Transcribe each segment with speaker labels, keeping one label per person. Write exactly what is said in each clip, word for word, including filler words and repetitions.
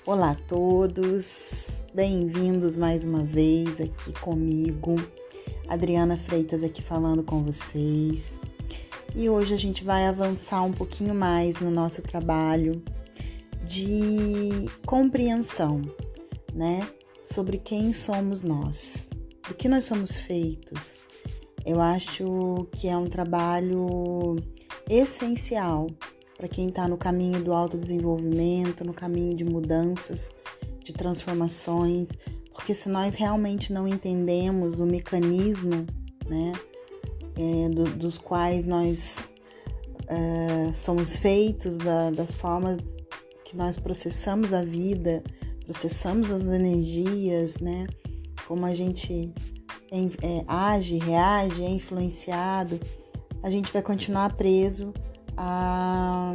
Speaker 1: Olá a todos, bem-vindos mais uma vez aqui comigo, Adriana Freitas aqui falando com vocês. E hoje a gente vai avançar um pouquinho mais no nosso trabalho de compreensão, né, sobre quem somos nós, do que nós somos feitos. Eu acho que é um trabalho essencial para quem está no caminho do autodesenvolvimento, no caminho de mudanças, de transformações, porque se nós realmente não entendemos o mecanismo, né, é, do, dos quais nós é, somos feitos, da, das formas que nós processamos a vida, processamos as energias, né, como a gente é, é, age, reage, é influenciado, a gente vai continuar preso a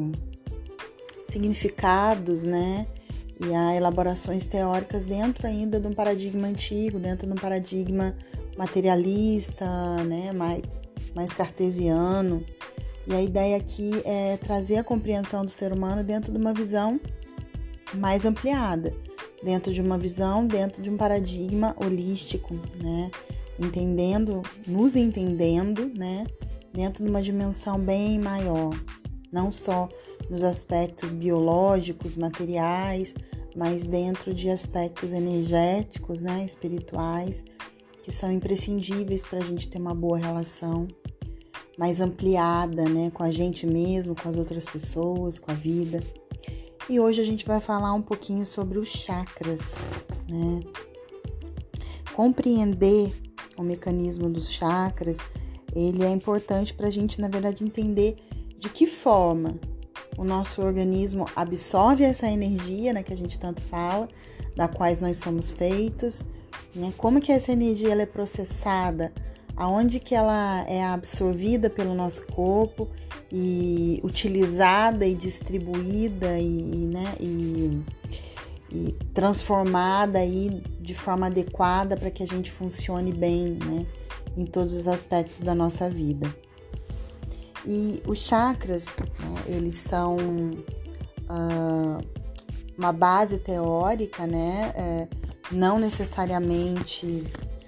Speaker 1: significados, né, e a elaborações teóricas dentro ainda de um paradigma antigo, dentro de um paradigma materialista, né, mais, mais cartesiano. E a ideia aqui é trazer a compreensão do ser humano dentro de uma visão mais ampliada, dentro de uma visão, dentro de um paradigma holístico, né, entendendo, nos entendendo, né, dentro de uma dimensão bem maior, não só nos aspectos biológicos, materiais, mas dentro de aspectos energéticos, né, espirituais, que são imprescindíveis para a gente ter uma boa relação mais ampliada, né, com a gente mesmo, com as outras pessoas, com a vida. E hoje a gente vai falar um pouquinho sobre os chakras, né? Compreender o mecanismo dos chakras, ele é importante para a gente, na verdade, entender de que forma o nosso organismo absorve essa energia, né, que a gente tanto fala, da quais nós somos feitos, né, como que essa energia ela é processada, aonde que ela é absorvida pelo nosso corpo e utilizada e distribuída e, né, e, e transformada aí de forma adequada para que a gente funcione bem, né, em todos os aspectos da nossa vida. E os chakras, né, eles são uh, uma base teórica, né, é, não necessariamente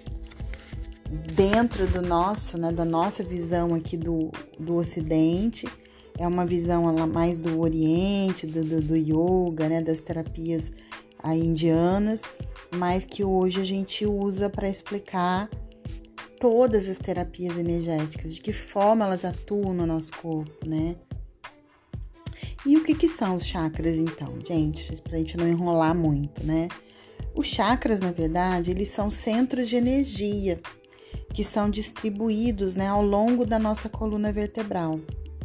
Speaker 1: dentro do nosso, né, da nossa visão aqui do, do Ocidente, é uma visão mais do Oriente, do, do, do yoga, né, das terapias aí indianas, mas que hoje a gente usa para explicar todas as terapias energéticas, de que forma elas atuam no nosso corpo, né? E o que que são os chakras, então, gente? Pra gente não enrolar muito, né? Os chakras, na verdade, eles são centros de energia que são distribuídos, né, ao longo da nossa coluna vertebral.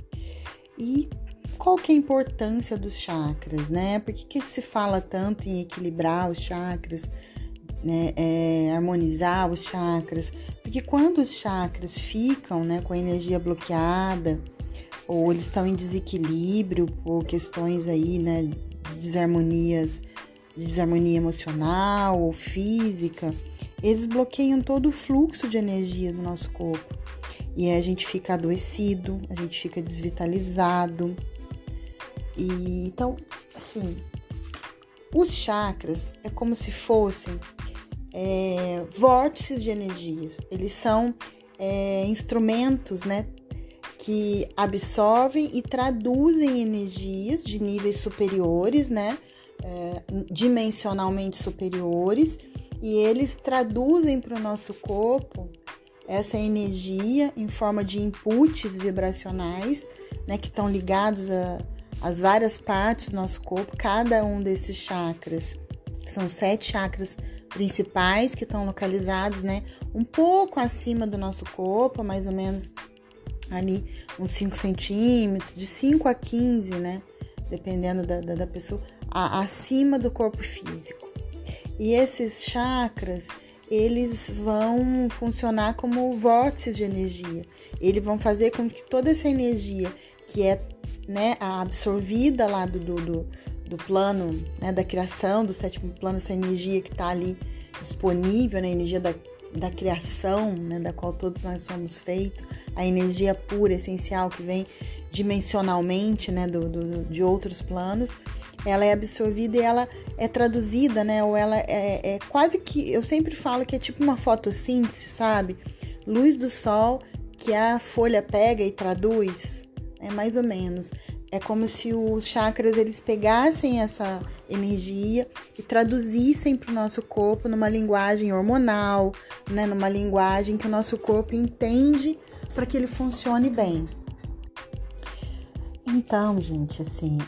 Speaker 1: E qual que é a importância dos chakras, né? Por que que se fala tanto em equilibrar os chakras, né, é, harmonizar os chakras? Porque quando os chakras ficam, né, com a energia bloqueada ou eles estão em desequilíbrio por questões aí, né, de desarmonias, de desarmonia emocional ou física, eles bloqueiam todo o fluxo de energia do nosso corpo. E aí a gente fica adoecido, a gente fica desvitalizado. E então, assim, os chakras é como se fossem É, vórtices de energias. Eles são é, instrumentos, né, que absorvem e traduzem energias de níveis superiores, né, é, dimensionalmente superiores, e eles traduzem para o nosso corpo essa energia em forma de inputs vibracionais, né, que estão ligados às várias partes do nosso corpo. Cada um desses chakras, são sete chakras principais que estão localizados, né, um pouco acima do nosso corpo, mais ou menos ali uns cinco centímetros, de cinco a quinze, né, dependendo da, da, da pessoa, a, acima do corpo físico. E esses chakras, eles vão funcionar como vórtices de energia. Eles vão fazer com que toda essa energia que é, né, absorvida lá do, do, do do plano, né, da criação, do sétimo plano, essa energia que está ali disponível, né, a energia da, da criação, né, da qual todos nós somos feitos, a energia pura, essencial, que vem dimensionalmente, né, do, do, de outros planos, ela é absorvida e ela é traduzida, né? Ou ela é, é quase que, eu sempre falo que é tipo uma fotossíntese, sabe? Luz do sol que a folha pega e traduz, é mais ou menos. É como se os chakras, eles pegassem essa energia e traduzissem para o nosso corpo numa linguagem hormonal, né? Numa linguagem que o nosso corpo entende para que ele funcione bem. Então, gente, assim,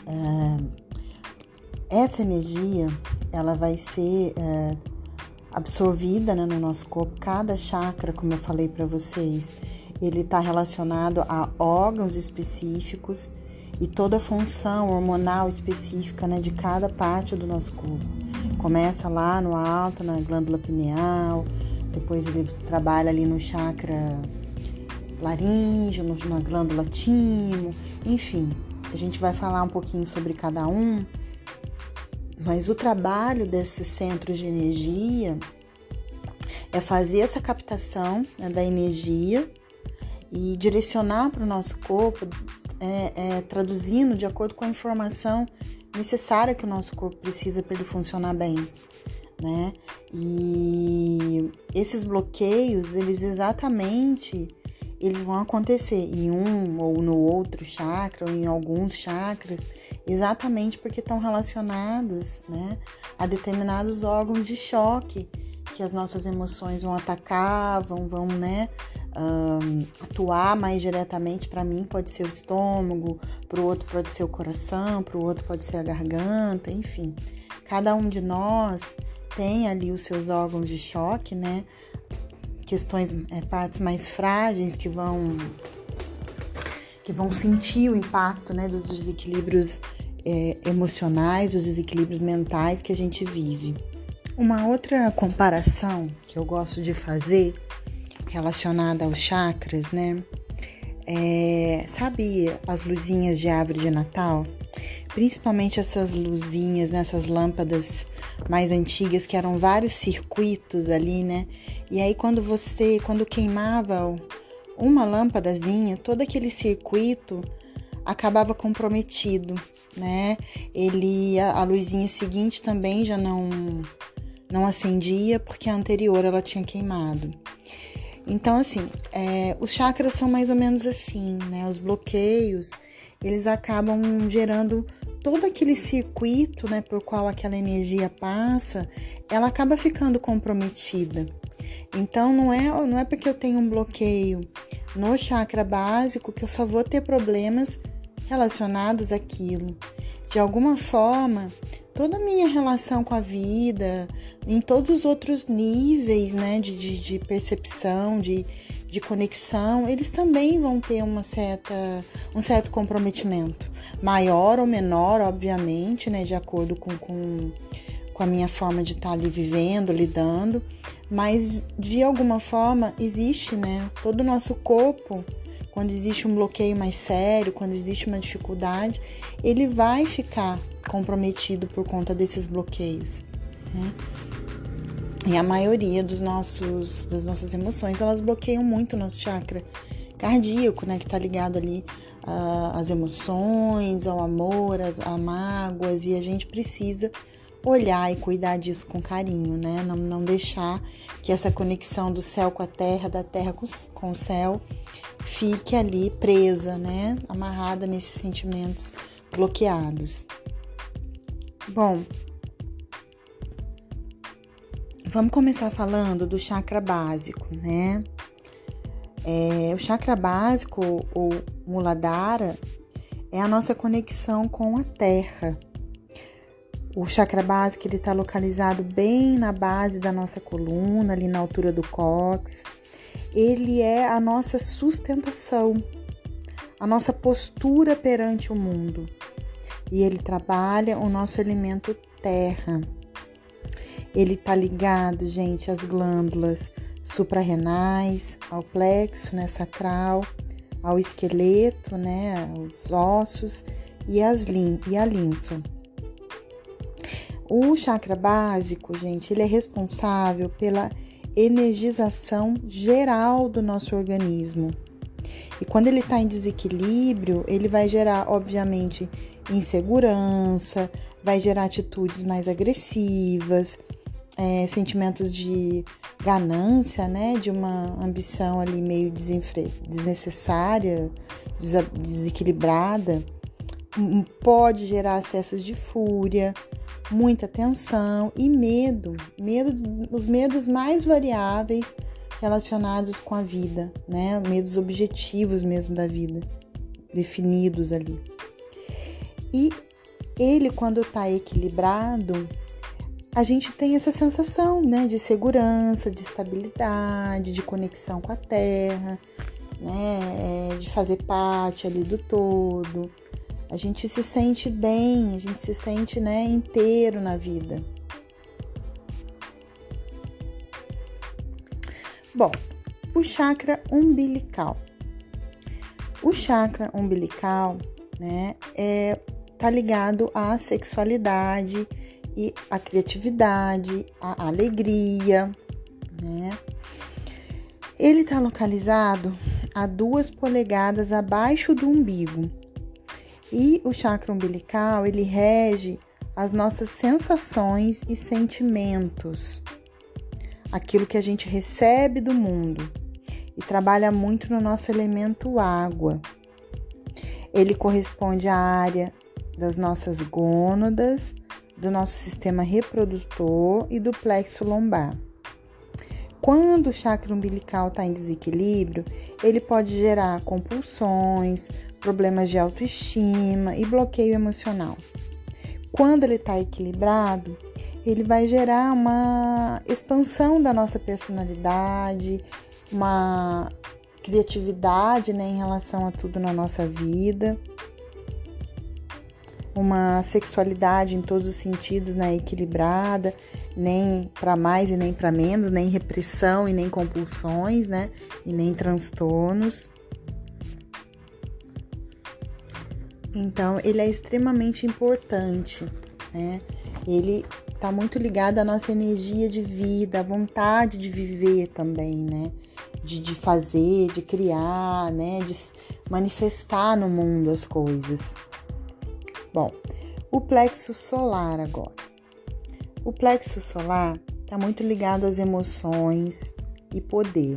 Speaker 1: é, essa energia, ela vai ser é, absorvida, né, no nosso corpo. Cada chakra, como eu falei para vocês, ele está relacionado a órgãos específicos e toda a função hormonal específica, né, de cada parte do nosso corpo. Começa lá no alto, na glândula pineal, depois ele trabalha ali no chakra laríngeo, na glândula timo, enfim. A gente vai falar um pouquinho sobre cada um, mas o trabalho desses centros de energia é fazer essa captação, né, da energia e direcionar para o nosso corpo, É, é, traduzindo de acordo com a informação necessária que o nosso corpo precisa para ele funcionar bem, né? E esses bloqueios, eles exatamente, eles vão acontecer em um ou no outro chakra, ou em alguns chakras, exatamente porque estão relacionados, né, a determinados órgãos de choque que as nossas emoções vão atacar, vão, vão né, um, atuar mais diretamente. Para mim pode ser o estômago, para o outro pode ser o coração, para o outro pode ser a garganta, enfim. Cada um de nós tem ali os seus órgãos de choque, né? Questões, é, partes mais frágeis que vão, que vão sentir o impacto, né, dos desequilíbrios é, emocionais, dos desequilíbrios mentais que a gente vive. Uma outra comparação que eu gosto de fazer relacionada aos chakras, né? É, sabe as luzinhas de árvore de Natal? Principalmente essas luzinhas, né, essas lâmpadas mais antigas que eram vários circuitos ali, né? E aí quando você, quando queimava uma lâmpadazinha, todo aquele circuito acabava comprometido, né? Ele, a, a luzinha seguinte também já não não acendia porque a anterior ela tinha queimado. Então, assim, é, os chakras são mais ou menos assim, né? Os bloqueios, eles acabam gerando todo aquele circuito, né, por qual aquela energia passa, ela acaba ficando comprometida. Então, não é, não é porque eu tenho um bloqueio no chakra básico que eu só vou ter problemas relacionados àquilo. De alguma forma, toda a minha relação com a vida, em todos os outros níveis, né, de, de, de percepção, de, de conexão, eles também vão ter uma certa, um certo comprometimento. Maior ou menor, obviamente, né, de acordo com, com, com a minha forma de estar ali vivendo, lidando, mas de alguma forma existe, né, todo o nosso corpo. Quando existe um bloqueio mais sério, quando existe uma dificuldade, ele vai ficar comprometido por conta desses bloqueios, né? E a maioria dos nossos, das nossas emoções, elas bloqueiam muito o nosso chakra cardíaco, né? Que tá ligado ali uh, às emoções, ao amor, às, a mágoas, e a gente precisa olhar e cuidar disso com carinho, né? Não, não deixar que essa conexão do céu com a terra, da terra com, com o céu, fique ali presa, né? Amarrada nesses sentimentos bloqueados. Bom, vamos começar falando do chakra básico, né? É, o chakra básico, ou Muladhara, é a nossa conexão com a terra. O chakra básico, ele está localizado bem na base da nossa coluna, ali na altura do cóccix. Ele é a nossa sustentação, a nossa postura perante o mundo. E ele trabalha o nosso elemento terra. Ele está ligado, gente, às glândulas suprarrenais, ao plexo, né, sacral, ao esqueleto, né, aos ossos e, as lim- e a linfa. O chakra básico, gente, ele é responsável pela energização geral do nosso organismo. E quando ele está em desequilíbrio, ele vai gerar, obviamente, insegurança, vai gerar atitudes mais agressivas, é, sentimentos de ganância, né? De uma ambição ali meio desenfre- desnecessária, des- desequilibrada. Pode gerar acessos de fúria, muita tensão e medo, medo, os medos mais variáveis relacionados com a vida, né? Medos objetivos mesmo da vida, definidos ali. E ele, quando está equilibrado, a gente tem essa sensação, né? De segurança, de estabilidade, de conexão com a terra, né? De fazer parte ali do todo. A gente se sente bem, a gente se sente, né, inteiro na vida. Bom, o chakra umbilical. O chakra umbilical, né, é, tá ligado à sexualidade e à criatividade, à alegria, né? Ele tá localizado a duas polegadas abaixo do umbigo. E o chakra umbilical, ele rege as nossas sensações e sentimentos, aquilo que a gente recebe do mundo, e trabalha muito no nosso elemento água. Ele corresponde à área das nossas gônadas, do nosso sistema reprodutor e do plexo lombar. Quando o chakra umbilical está em desequilíbrio, ele pode gerar compulsões, problemas de autoestima e bloqueio emocional. Quando ele está equilibrado, ele vai gerar uma expansão da nossa personalidade, uma criatividade, né, em relação a tudo na nossa vida, uma sexualidade em todos os sentidos, né, equilibrada, nem para mais e nem para menos, nem repressão e nem compulsões, né, e nem transtornos. Então, ele é extremamente importante, né? Ele está muito ligado à nossa energia de vida, à vontade de viver também, né? De, de fazer, de criar, né? De manifestar no mundo as coisas. Bom, o plexo solar agora. O plexo solar está muito ligado às emoções e poder,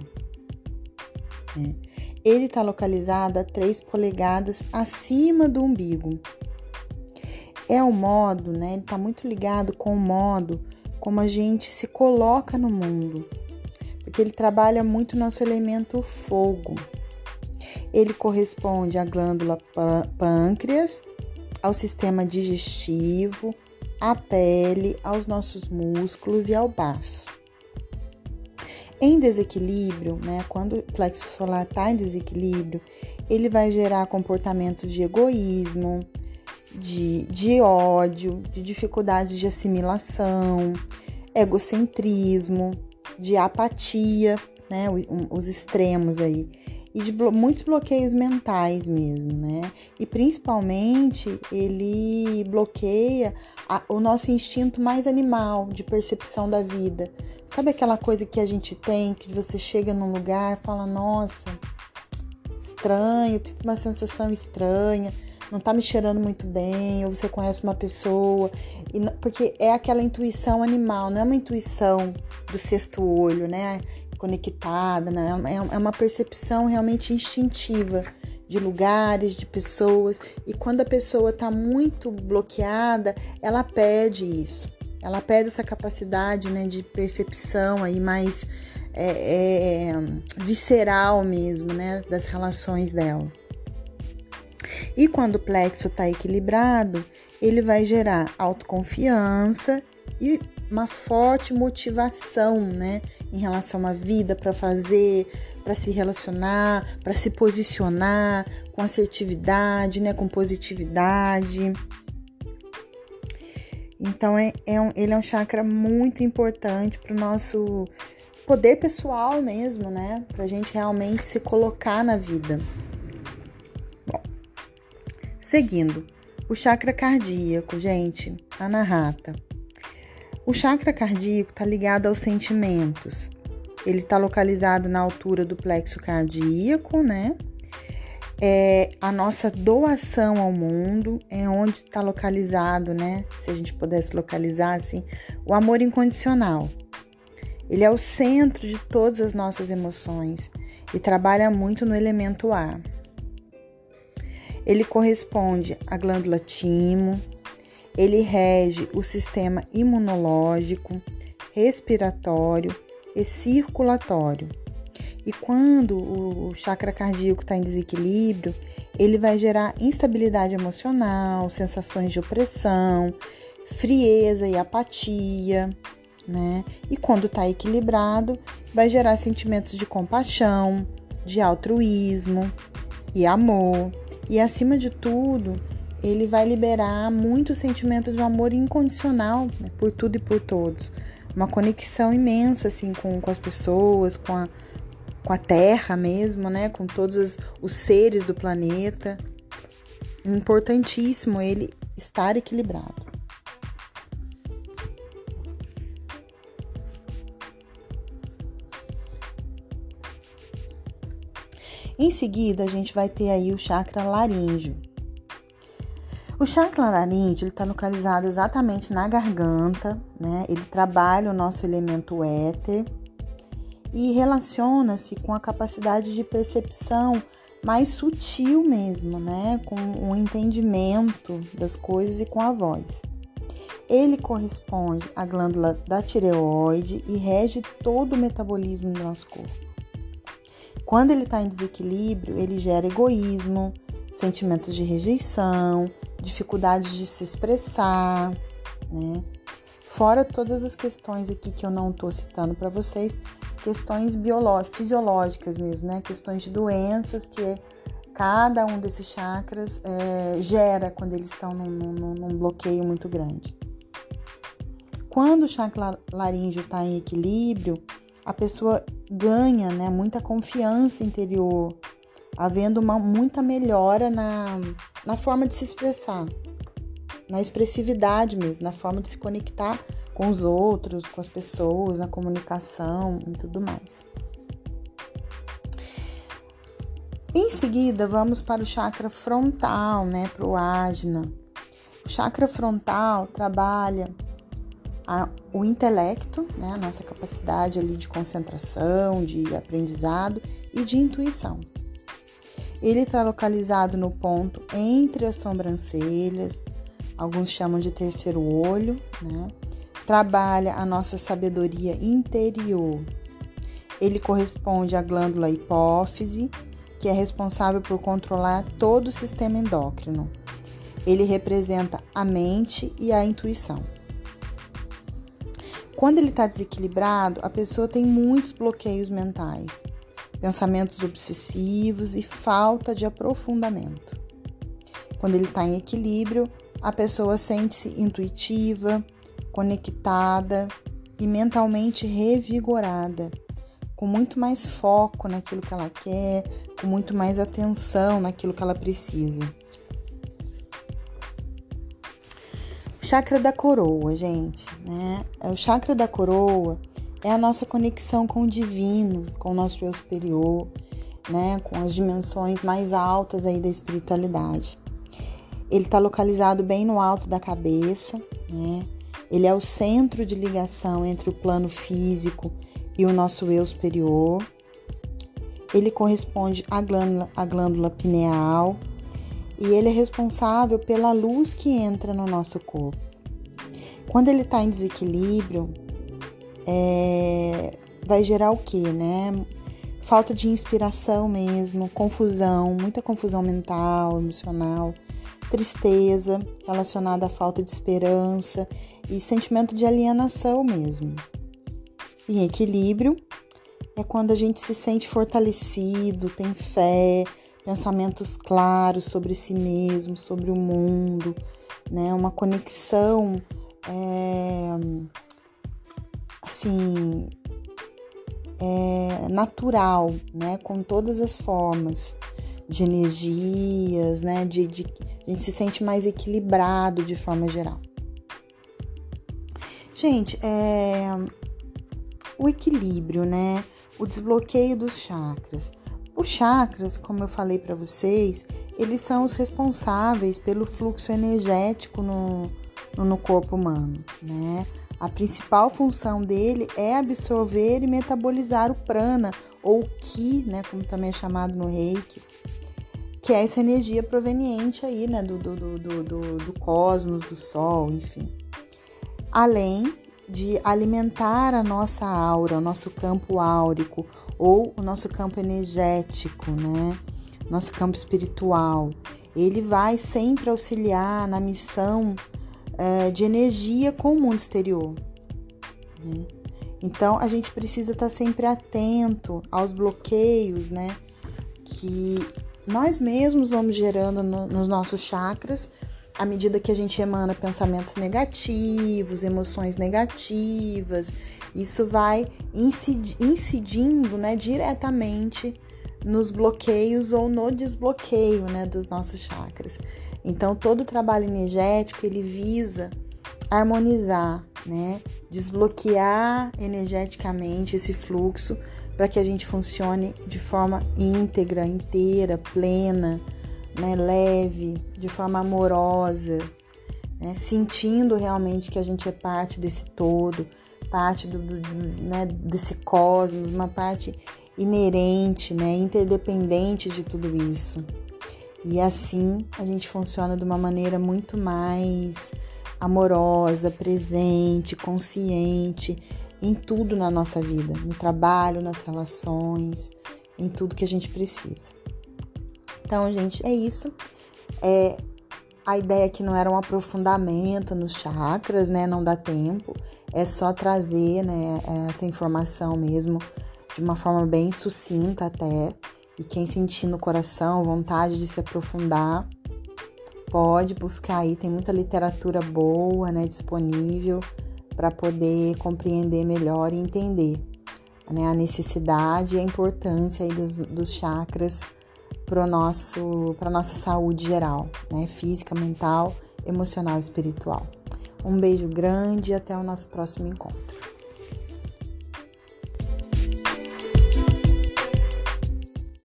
Speaker 1: né? Ele está localizado a três polegadas acima do umbigo. É o modo, né? Ele está muito ligado com o modo como a gente se coloca no mundo, porque ele trabalha muito nosso elemento fogo. Ele corresponde à glândula pâncreas, ao sistema digestivo, à pele, aos nossos músculos e ao baço. Em desequilíbrio, né, quando o plexo solar está em desequilíbrio, ele vai gerar comportamentos de egoísmo, de, de ódio, de dificuldades de assimilação, egocentrismo, de apatia, né, os extremos aí, e de blo- muitos bloqueios mentais mesmo, né? E principalmente ele bloqueia a, o nosso instinto mais animal de percepção da vida. Sabe aquela coisa que a gente tem, que você chega num lugar e fala, nossa, estranho, tive uma sensação estranha, não tá me cheirando muito bem, ou você conhece uma pessoa, e, porque é aquela intuição animal, não é uma intuição do sexto olho, né? Conectada, né? É uma percepção realmente instintiva de lugares, de pessoas, e quando a pessoa está muito bloqueada, ela perde isso, ela perde essa capacidade, né, de percepção aí mais é, é, visceral mesmo, né, das relações dela. E quando o plexo está equilibrado, ele vai gerar autoconfiança e uma forte motivação, né, em relação à vida, para fazer, para se relacionar, para se posicionar com assertividade, né, com positividade. Então, é, é um, ele é um chakra muito importante para o nosso poder pessoal mesmo, né, para a gente realmente se colocar na vida. Bom, seguindo, o chakra cardíaco, gente, Anahata. O chakra cardíaco está ligado aos sentimentos. Ele está localizado na altura do plexo cardíaco, né? é a nossa doação ao mundo, é onde está localizado, né? Se a gente pudesse localizar assim, o amor incondicional. Ele é o centro de todas as nossas emoções e trabalha muito no elemento ar. Ele corresponde à glândula timo, ele rege o sistema imunológico, respiratório e circulatório. E quando o chakra cardíaco está em desequilíbrio, ele vai gerar instabilidade emocional, sensações de opressão, frieza e apatia, né? E quando está equilibrado, vai gerar sentimentos de compaixão, de altruísmo e amor. E acima de tudo, ele vai liberar muito sentimento de amor incondicional, né? Por tudo e por todos. Uma conexão imensa assim, com, com as pessoas, com a, com a Terra mesmo, né? Com todos os, os seres do planeta. Importantíssimo ele estar equilibrado. Em seguida, a gente vai ter aí o chakra laríngeo. O chakra laríngeo está localizado exatamente na garganta, né? Ele trabalha o nosso elemento éter e relaciona-se com a capacidade de percepção mais sutil mesmo, né? Com o entendimento das coisas e com a voz. Ele corresponde à glândula da tireoide e rege todo o metabolismo do nosso corpo. Quando ele está em desequilíbrio, ele gera egoísmo, sentimentos de rejeição, dificuldade de se expressar, né? Fora todas as questões aqui que eu não estou citando para vocês, questões biológicas, fisiológicas mesmo, né? Questões de doenças que cada um desses chakras é, gera quando eles estão num, num, num bloqueio muito grande. Quando o chakra laríngeo está em equilíbrio, a pessoa ganha, né, muita confiança interior, havendo uma, muita melhora na, na forma de se expressar, na expressividade mesmo, na forma de se conectar com os outros, com as pessoas, na comunicação e tudo mais. Em seguida, vamos para o chakra frontal, né, para o Ajna. O chakra frontal trabalha a, o intelecto, né, a nossa capacidade ali de concentração, de aprendizado e de intuição. Ele está localizado no ponto entre as sobrancelhas, alguns chamam de terceiro olho, né? Trabalha a nossa sabedoria interior. Ele corresponde à glândula hipófise, que é responsável por controlar todo o sistema endócrino. Ele representa a mente e a intuição. Quando ele está desequilibrado, a pessoa tem muitos bloqueios mentais, pensamentos obsessivos e falta de aprofundamento. Quando ele está em equilíbrio, a pessoa sente-se intuitiva, conectada e mentalmente revigorada, com muito mais foco naquilo que ela quer, com muito mais atenção naquilo que ela precisa. O chakra da coroa, gente, né? O chakra da coroa é a nossa conexão com o divino, com o nosso eu superior, né? Com as dimensões mais altas aí da espiritualidade. Ele está localizado bem no alto da cabeça, né? Ele é o centro de ligação entre o plano físico e o nosso eu superior. Ele corresponde à glândula, à glândula pineal e ele é responsável pela luz que entra no nosso corpo. Quando ele está em desequilíbrio, é, vai gerar o quê, né? Falta de inspiração mesmo, confusão, muita confusão mental, emocional, tristeza relacionada à falta de esperança e sentimento de alienação mesmo. Em equilíbrio é quando a gente se sente fortalecido, tem fé, pensamentos claros sobre si mesmo, sobre o mundo, né? Uma conexão é, assim, é, natural, né? Com todas as formas de energias, né? De, de, a gente se sente mais equilibrado de forma geral. Gente, é, o equilíbrio, né? O desbloqueio dos chakras Os chakras, como eu falei para vocês, eles são os responsáveis pelo fluxo energético no, no, no corpo humano, né? A principal função dele é absorver e metabolizar o prana, ou o ki, né, como também é chamado no reiki, que é essa energia proveniente aí, né, do, do, do, do, do cosmos, do sol, enfim. Além de alimentar a nossa aura, o nosso campo áurico, ou o nosso campo energético, né, nosso campo espiritual. Ele vai sempre auxiliar na missão é, de energia com o mundo exterior, né? Então, a gente precisa estar sempre atento aos bloqueios, né, que nós mesmos vamos gerando no, nos nossos chakras, à medida que a gente emana pensamentos negativos, emoções negativas. Isso vai incidindo, né, diretamente nos bloqueios ou no desbloqueio, né, dos nossos chakras. Então, todo o trabalho energético, ele visa harmonizar, né, desbloquear energeticamente esse fluxo para que a gente funcione de forma íntegra, inteira, plena, né, leve, de forma amorosa, né, sentindo realmente que a gente é parte desse todo, parte do, do, né, desse cosmos, uma parte inerente, né, interdependente de tudo isso. E assim a gente funciona de uma maneira muito mais amorosa, presente, consciente em tudo na nossa vida, no trabalho, nas relações, em tudo que a gente precisa. Então, gente, é isso. É, a ideia aqui não era um aprofundamento nos chakras, né? Não dá tempo. É só trazer, né, essa informação mesmo de uma forma bem sucinta até. E quem sentir no coração vontade de se aprofundar, pode buscar aí. Tem muita literatura boa, né, disponível para poder compreender melhor e entender, né, a necessidade e a importância aí dos, dos chakras para nosso, para nossa saúde geral, né? Física, mental, emocional e espiritual. Um beijo grande e até o nosso próximo encontro.